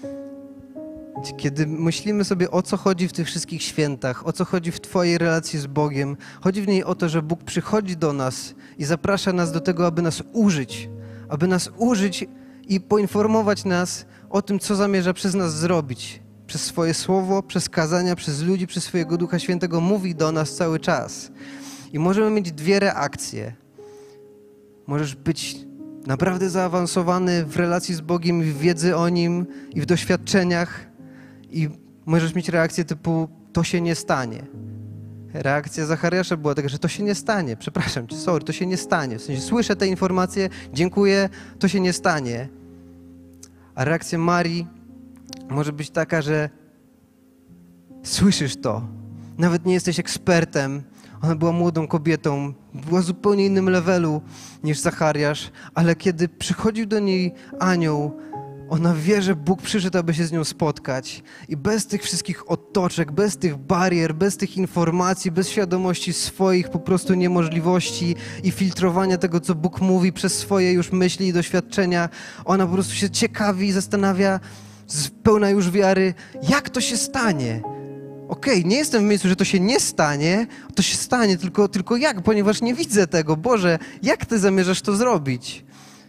S1: Kiedy myślimy sobie, o co chodzi w tych wszystkich świętach, o co chodzi w Twojej relacji z Bogiem, chodzi w niej o to, że Bóg przychodzi do nas i zaprasza nas do tego, aby nas użyć i poinformować nas o tym, co zamierza przez nas zrobić. Przez swoje słowo, przez kazania, przez ludzi, przez swojego Ducha Świętego mówi do nas cały czas. I możemy mieć dwie reakcje. Możesz być naprawdę zaawansowany w relacji z Bogiem, w wiedzy o Nim i w doświadczeniach i możesz mieć reakcję typu to się nie stanie. Reakcja Zachariasza była taka, że to się nie stanie. Przepraszam cię, sorry, to się nie stanie. W sensie słyszę te informacje, dziękuję, to się nie stanie. A reakcja Marii może być taka, że słyszysz to. Nawet nie jesteś ekspertem. Ona była młodą kobietą, była w zupełnie innym levelu niż Zachariasz, ale kiedy przychodził do niej anioł, ona wie, że Bóg przyszedł, aby się z nią spotkać. I bez tych wszystkich otoczek, bez tych barier, bez tych informacji, bez świadomości swoich po prostu niemożliwości i filtrowania tego, co Bóg mówi przez swoje już myśli i doświadczenia, ona po prostu się ciekawi i zastanawia, pełna już wiary, jak to się stanie. Nie jestem w miejscu, że to się nie stanie, to się stanie, tylko jak, ponieważ nie widzę tego. Boże, jak Ty zamierzasz to zrobić?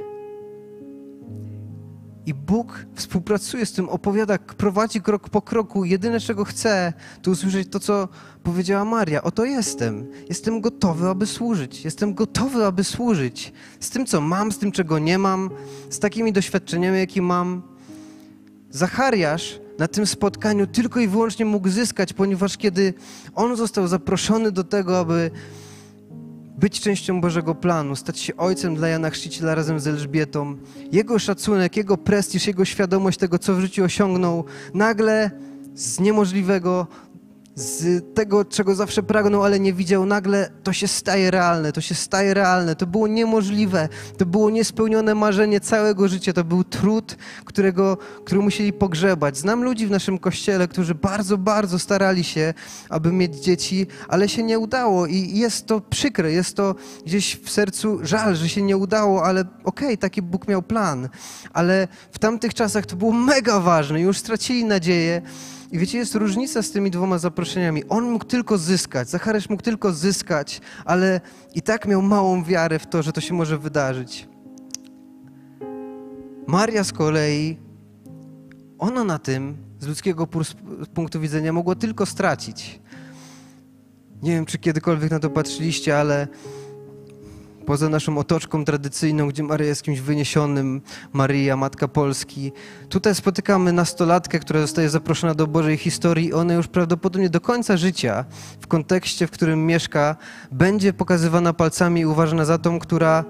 S1: I Bóg współpracuje z tym, opowiada, prowadzi krok po kroku. Jedyne, czego chce, to usłyszeć to, co powiedziała Maria. Oto jestem. Jestem gotowy, aby służyć. Jestem gotowy, aby służyć. Z tym, co mam, z tym, czego nie mam, z takimi doświadczeniami, jakie mam. Zachariasz na tym spotkaniu tylko i wyłącznie mógł zyskać, ponieważ kiedy on został zaproszony do tego, aby być częścią Bożego planu, stać się ojcem dla Jana Chrzciciela razem z Elżbietą, jego szacunek, jego prestiż, jego świadomość tego, co w życiu osiągnął, nagle z niemożliwego, z tego, czego zawsze pragnął, ale nie widział, nagle to się staje realne, to było niemożliwe, to było niespełnione marzenie całego życia, to był trud, który musieli pogrzebać. Znam ludzi w naszym kościele, którzy bardzo, bardzo starali się, aby mieć dzieci, ale się nie udało i jest to przykre, jest to gdzieś w sercu żal, że się nie udało, ale taki Bóg miał plan. Ale w tamtych czasach to było mega ważne, już stracili nadzieję. I wiecie, jest różnica z tymi dwoma zaproszeniami. On mógł tylko zyskać, Zachariasz mógł tylko zyskać, ale i tak miał małą wiarę w to, że to się może wydarzyć. Maria z kolei, ona na tym, z ludzkiego punktu widzenia, mogła tylko stracić. Nie wiem, czy kiedykolwiek na to patrzyliście, ale poza naszą otoczką tradycyjną, gdzie Maryja jest kimś wyniesionym, Maryja, Matka Polski, tutaj spotykamy nastolatkę, która zostaje zaproszona do Bożej historii i ona już prawdopodobnie do końca życia, w kontekście, w którym mieszka, będzie pokazywana palcami i uważana za tą, która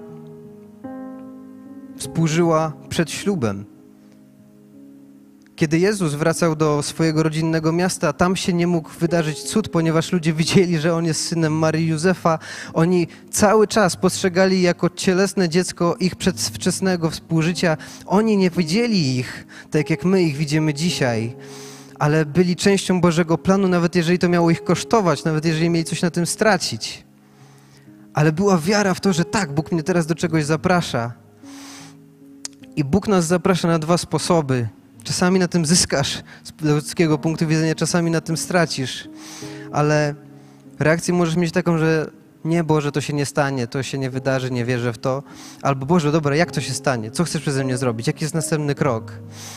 S1: współżyła przed ślubem. Kiedy Jezus wracał do swojego rodzinnego miasta, tam się nie mógł wydarzyć cud, ponieważ ludzie widzieli, że on jest synem Marii i Józefa. Oni cały czas postrzegali jako cielesne dziecko ich przedwczesnego współżycia. Oni nie widzieli ich tak, jak my ich widzimy dzisiaj, ale byli częścią Bożego planu, nawet jeżeli to miało ich kosztować, nawet jeżeli mieli coś na tym stracić. Ale była wiara w to, że tak, Bóg mnie teraz do czegoś zaprasza. I Bóg nas zaprasza na dwa sposoby. Czasami na tym zyskasz z ludzkiego punktu widzenia, czasami na tym stracisz. Ale reakcję możesz mieć taką, że nie, Boże, to się nie stanie, to się nie wydarzy, nie wierzę w to. Albo Boże, dobra, jak to się stanie? Co chcesz przeze mnie zrobić? Jaki jest następny krok?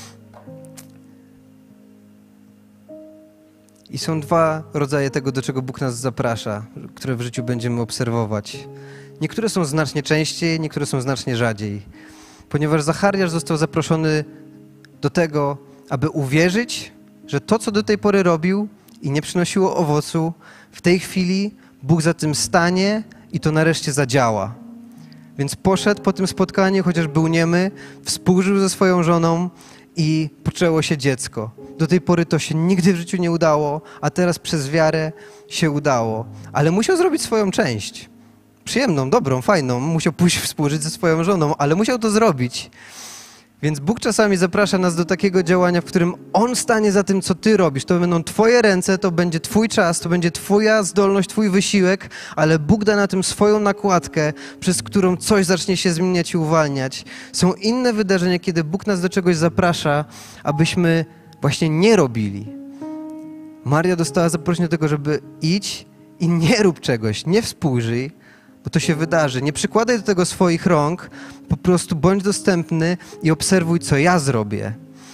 S1: I są dwa rodzaje tego, do czego Bóg nas zaprasza, które w życiu będziemy obserwować. Niektóre są znacznie częściej, niektóre są znacznie rzadziej. Ponieważ Zachariasz został zaproszony do tego, aby uwierzyć, że to, co do tej pory robił i nie przynosiło owocu, w tej chwili Bóg za tym stanie i to nareszcie zadziała. Więc poszedł po tym spotkaniu, chociaż był niemy, współżył ze swoją żoną i poczęło się dziecko. Do tej pory to się nigdy w życiu nie udało, a teraz przez wiarę się udało. Ale musiał zrobić swoją część. Przyjemną, dobrą, fajną. Musiał pójść współżyć ze swoją żoną, ale musiał to zrobić. Więc Bóg czasami zaprasza nas do takiego działania, w którym On stanie za tym, co ty robisz. To będą twoje ręce, to będzie twój czas, to będzie twoja zdolność, twój wysiłek, ale Bóg da na tym swoją nakładkę, przez którą coś zacznie się zmieniać i uwalniać. Są inne wydarzenia, kiedy Bóg nas do czegoś zaprasza, abyśmy właśnie nie robili. Maria dostała zaproszenie do tego, żeby idź i nie rób czegoś, nie współżyj, bo to się wydarzy. Nie przykładaj do tego swoich rąk, po prostu bądź dostępny i obserwuj, co ja zrobię,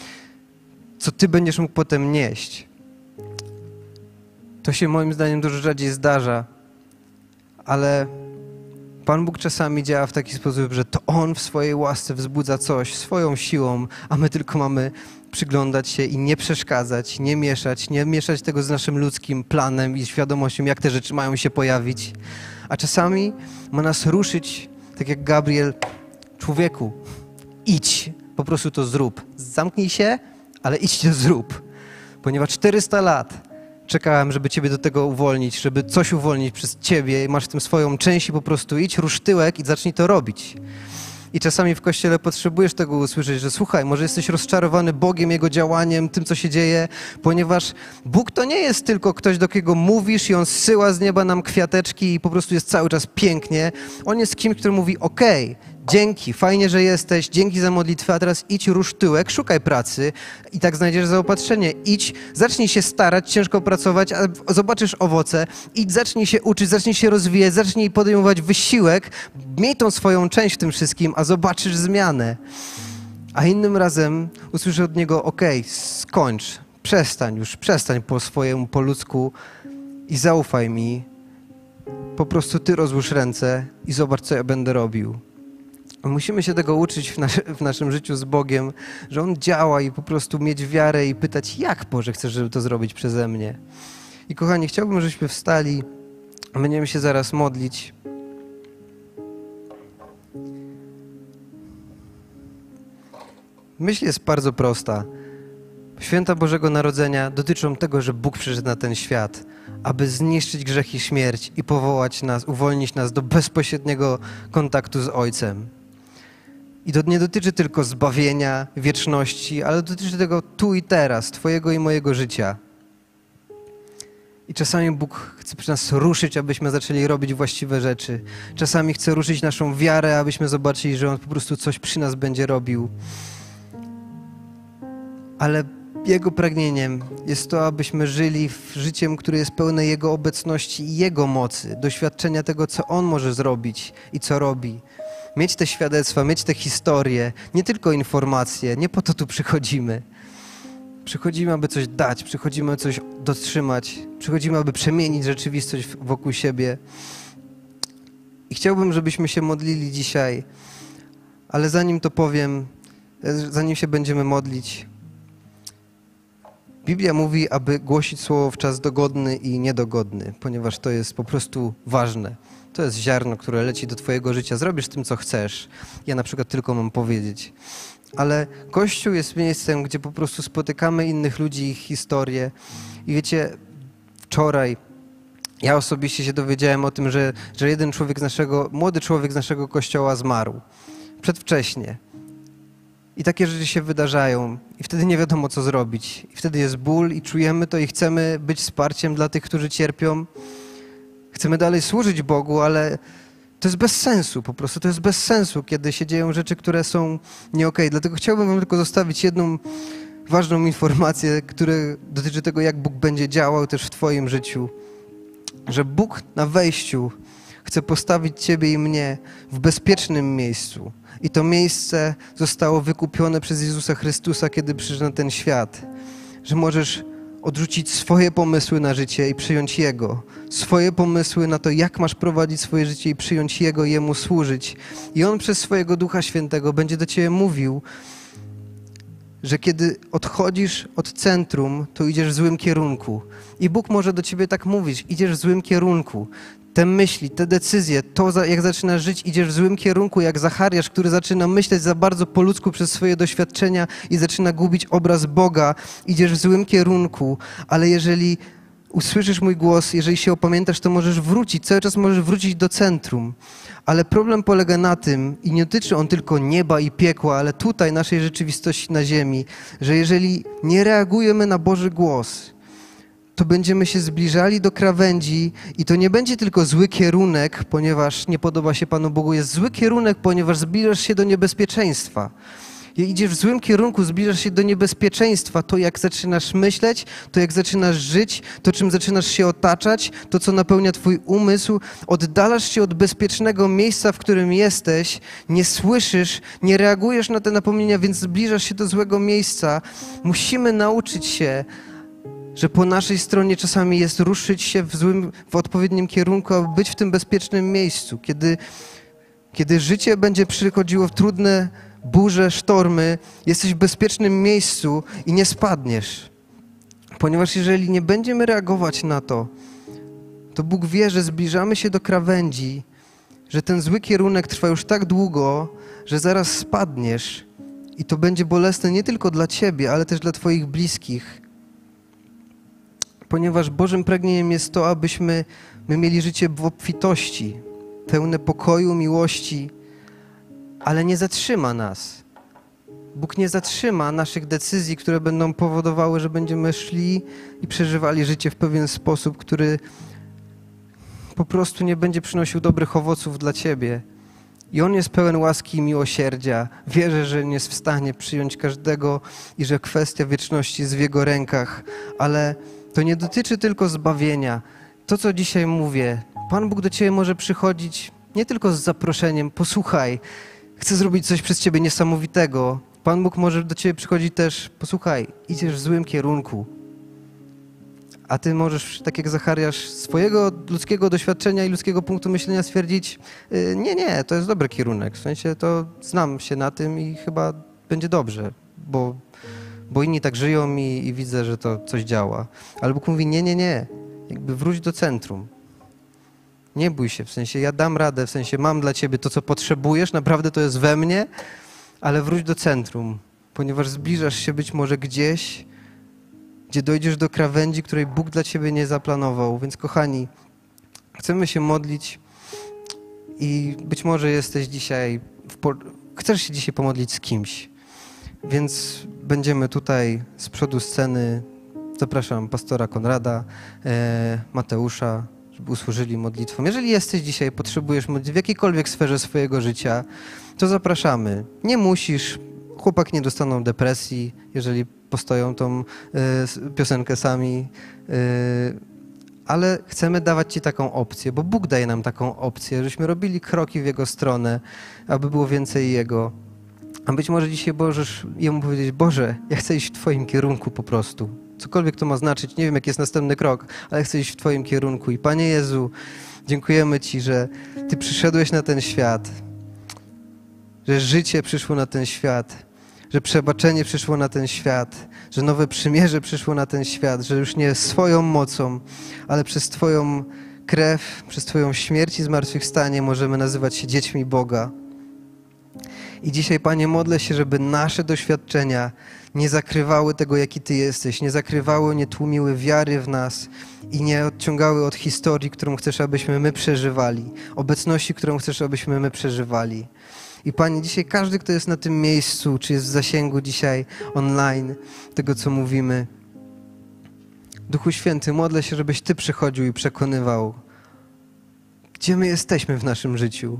S1: co ty będziesz mógł potem nieść. To się moim zdaniem dużo rzadziej zdarza, ale Pan Bóg czasami działa w taki sposób, że to On w swojej łasce wzbudza coś swoją siłą, a my tylko mamy przyglądać się i nie przeszkadzać, nie mieszać tego z naszym ludzkim planem i świadomością, jak te rzeczy mają się pojawić. A czasami ma nas ruszyć, tak jak Gabriel, człowieku, idź, po prostu to zrób. Zamknij się, ale idź to zrób. Ponieważ 400 lat czekałem, żeby ciebie do tego uwolnić, żeby coś uwolnić przez ciebie. Masz w tym swoją część i po prostu idź, rusz tyłek i zacznij to robić. I czasami w Kościele potrzebujesz tego usłyszeć, że słuchaj, może jesteś rozczarowany Bogiem, Jego działaniem, tym, co się dzieje, ponieważ Bóg to nie jest tylko ktoś, do kogo mówisz i On zsyła z nieba nam kwiateczki i po prostu jest cały czas pięknie. On jest kimś, który mówi, okej, dzięki, fajnie, że jesteś, dzięki za modlitwę, a teraz idź, rusz tyłek, szukaj pracy i tak znajdziesz zaopatrzenie. Idź, zacznij się starać, ciężko pracować, a zobaczysz owoce. Idź, zacznij się uczyć, zacznij się rozwijać, zacznij podejmować wysiłek, miej tą swoją część w tym wszystkim, a zobaczysz zmianę. A innym razem usłyszę od niego, okej, skończ, przestań po swojemu, po ludzku i zaufaj mi. Po prostu ty rozłóż ręce i zobacz, co ja będę robił. Musimy się tego uczyć w naszym życiu z Bogiem, że On działa i po prostu mieć wiarę i pytać, jak Boże chcesz, żeby to zrobić przeze mnie. I kochani, chciałbym, żebyśmy wstali, będziemy się zaraz modlić. Myśl jest bardzo prosta. Święta Bożego Narodzenia dotyczą tego, że Bóg przyszedł na ten świat, aby zniszczyć grzech i śmierć i powołać nas, uwolnić nas do bezpośredniego kontaktu z Ojcem. I to nie dotyczy tylko zbawienia, wieczności, ale dotyczy tego tu i teraz, twojego i mojego życia. I czasami Bóg chce przy nas ruszyć, abyśmy zaczęli robić właściwe rzeczy. Czasami chce ruszyć naszą wiarę, abyśmy zobaczyli, że On po prostu coś przy nas będzie robił. Ale Jego pragnieniem jest to, abyśmy żyli życiem, które jest pełne Jego obecności i Jego mocy, doświadczenia tego, co On może zrobić i co robi. Mieć te świadectwa, mieć te historie, nie tylko informacje, nie po to tu przychodzimy. Przychodzimy, aby coś dać, przychodzimy, aby coś dotrzymać, przychodzimy, aby przemienić rzeczywistość wokół siebie. I chciałbym, żebyśmy się modlili dzisiaj, ale zanim to powiem, zanim się będziemy modlić, Biblia mówi, aby głosić słowo w czas dogodny i niedogodny, ponieważ to jest po prostu ważne. To jest ziarno, które leci do twojego życia. Zrobisz tym, co chcesz. Ja na przykład tylko mam powiedzieć. Ale Kościół jest miejscem, gdzie po prostu spotykamy innych ludzi, ich historie. I wiecie, wczoraj ja osobiście się dowiedziałem o tym, że jeden człowiek młody człowiek z naszego kościoła zmarł. Przedwcześnie. I takie rzeczy się wydarzają i wtedy nie wiadomo, co zrobić. I wtedy jest ból i czujemy to i chcemy być wsparciem dla tych, którzy cierpią. Chcemy dalej służyć Bogu, ale to jest bez sensu po prostu. To jest bez sensu, kiedy się dzieją rzeczy, które są nie okej. Dlatego chciałbym wam tylko zostawić jedną ważną informację, która dotyczy tego, jak Bóg będzie działał też w twoim życiu. Że Bóg na wejściu chce postawić ciebie i mnie w bezpiecznym miejscu. I to miejsce zostało wykupione przez Jezusa Chrystusa, kiedy przyszedł na ten świat. Że możesz odrzucić swoje pomysły na życie i przyjąć Jego. Swoje pomysły na to, jak masz prowadzić swoje życie i przyjąć Jego, Jemu służyć. I On przez swojego Ducha Świętego będzie do ciebie mówił, że kiedy odchodzisz od centrum, to idziesz w złym kierunku. I Bóg może do ciebie tak mówić, idziesz w złym kierunku. Te myśli, te decyzje, to jak zaczynasz żyć, idziesz w złym kierunku, jak Zachariasz, który zaczyna myśleć za bardzo po ludzku przez swoje doświadczenia i zaczyna gubić obraz Boga. Idziesz w złym kierunku, ale jeżeli usłyszysz mój głos, jeżeli się opamiętasz, to możesz wrócić, cały czas możesz wrócić do centrum. Ale problem polega na tym, i nie dotyczy on tylko nieba i piekła, ale tutaj naszej rzeczywistości na ziemi, że jeżeli nie reagujemy na Boży głos, to będziemy się zbliżali do krawędzi i to nie będzie tylko zły kierunek, ponieważ nie podoba się Panu Bogu, jest zły kierunek, ponieważ zbliżasz się do niebezpieczeństwa. I idziesz w złym kierunku, zbliżasz się do niebezpieczeństwa. To, jak zaczynasz myśleć, to jak zaczynasz żyć, to czym zaczynasz się otaczać, to, co napełnia twój umysł, oddalasz się od bezpiecznego miejsca, w którym jesteś, nie słyszysz, nie reagujesz na te napomnienia, więc zbliżasz się do złego miejsca. Musimy nauczyć się, że po naszej stronie czasami jest ruszyć się w odpowiednim kierunku, aby być w tym bezpiecznym miejscu. Kiedy życie będzie przychodziło w trudne burze, sztormy, jesteś w bezpiecznym miejscu i nie spadniesz. Ponieważ jeżeli nie będziemy reagować na to, to Bóg wie, że zbliżamy się do krawędzi, że ten zły kierunek trwa już tak długo, że zaraz spadniesz i to będzie bolesne nie tylko dla ciebie, ale też dla twoich bliskich. Ponieważ Bożym pragnieniem jest to, abyśmy mieli życie w obfitości, pełne pokoju, miłości, ale nie zatrzyma nas. Bóg nie zatrzyma naszych decyzji, które będą powodowały, że będziemy szli i przeżywali życie w pewien sposób, który po prostu nie będzie przynosił dobrych owoców dla ciebie. I On jest pełen łaski i miłosierdzia. Wierzę, że nie jest w stanie przyjąć każdego i że kwestia wieczności jest w Jego rękach. Ale to nie dotyczy tylko zbawienia. To, co dzisiaj mówię, Pan Bóg do ciebie może przychodzić nie tylko z zaproszeniem, posłuchaj, chcę zrobić coś przez ciebie niesamowitego. Pan Bóg może do ciebie przychodzić też, posłuchaj, idziesz w złym kierunku. A ty możesz, tak jak Zachariasz, swojego ludzkiego doświadczenia i ludzkiego punktu myślenia stwierdzić, nie, to jest dobry kierunek. W sensie to znam się na tym i chyba będzie dobrze, bo inni tak żyją i widzę, że to coś działa. Ale Bóg mówi, nie, jakby wróć do centrum. Nie bój się, w sensie ja dam radę, w sensie mam dla ciebie to, co potrzebujesz, naprawdę to jest we mnie, ale wróć do centrum, ponieważ zbliżasz się być może gdzieś, gdzie dojdziesz do krawędzi, której Bóg dla ciebie nie zaplanował. Więc kochani, chcemy się modlić i być może jesteś dzisiaj, chcesz się dzisiaj pomodlić z kimś, więc będziemy tutaj z przodu sceny. Zapraszam pastora Konrada, Mateusza, żeby usłużyli modlitwą. Jeżeli jesteś dzisiaj, potrzebujesz modlitwy w jakiejkolwiek sferze swojego życia, to zapraszamy. Nie musisz, chłopak nie dostaną depresji, jeżeli postoją tą piosenkę sami, ale chcemy dawać ci taką opcję, bo Bóg daje nam taką opcję, żebyśmy robili kroki w Jego stronę, aby było więcej Jego. A być może dzisiaj możesz Jemu powiedzieć: Boże, ja chcę iść w Twoim kierunku po prostu. Cokolwiek to ma znaczyć, nie wiem, jaki jest następny krok, ale chcę iść w Twoim kierunku. I Panie Jezu, dziękujemy Ci, że Ty przyszedłeś na ten świat, że życie przyszło na ten świat, że przebaczenie przyszło na ten świat, że nowe przymierze przyszło na ten świat, że już nie swoją mocą, ale przez Twoją krew, przez Twoją śmierć i zmartwychwstanie możemy nazywać się dziećmi Boga. I dzisiaj, Panie, modlę się, żeby nasze doświadczenia nie zakrywały tego, jaki Ty jesteś, nie zakrywały, nie tłumiły wiary w nas i nie odciągały od historii, którą chcesz, abyśmy my przeżywali, obecności, którą chcesz, abyśmy my przeżywali. I Panie, dzisiaj każdy, kto jest na tym miejscu, czy jest w zasięgu dzisiaj online tego, co mówimy, Duchu Święty, modlę się, żebyś Ty przychodził i przekonywał, gdzie my jesteśmy w naszym życiu.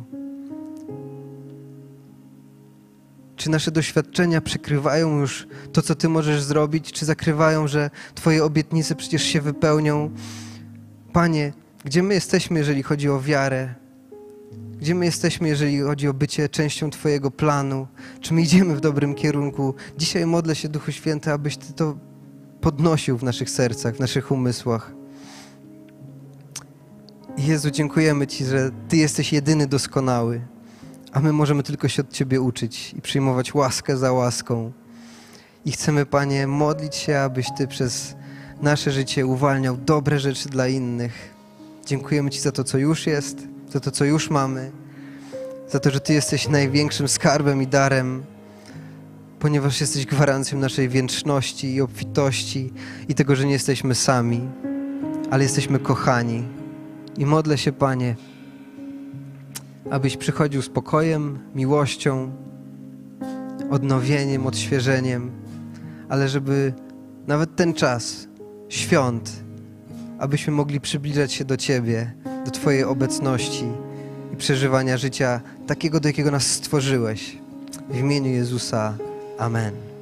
S1: Czy nasze doświadczenia przykrywają już to, co Ty możesz zrobić, czy zakrywają, że Twoje obietnice przecież się wypełnią? Panie, gdzie my jesteśmy, jeżeli chodzi o wiarę? Gdzie my jesteśmy, jeżeli chodzi o bycie częścią Twojego planu? Czy my idziemy w dobrym kierunku? Dzisiaj modlę się, Duchu Święty, abyś Ty to podnosił w naszych sercach, w naszych umysłach. Jezu, dziękujemy Ci, że Ty jesteś jedyny doskonały, a my możemy tylko się od Ciebie uczyć i przyjmować łaskę za łaską. I chcemy, Panie, modlić się, abyś Ty przez nasze życie uwalniał dobre rzeczy dla innych. Dziękujemy Ci za to, co już jest, za to, co już mamy, za to, że Ty jesteś największym skarbem i darem, ponieważ jesteś gwarancją naszej wieczności i obfitości i tego, że nie jesteśmy sami, ale jesteśmy kochani. I modlę się, Panie, abyś przychodził z pokojem, miłością, odnowieniem, odświeżeniem, ale żeby nawet ten czas świąt, abyśmy mogli przybliżać się do Ciebie, do Twojej obecności i przeżywania życia takiego, do jakiego nas stworzyłeś. W imieniu Jezusa. Amen.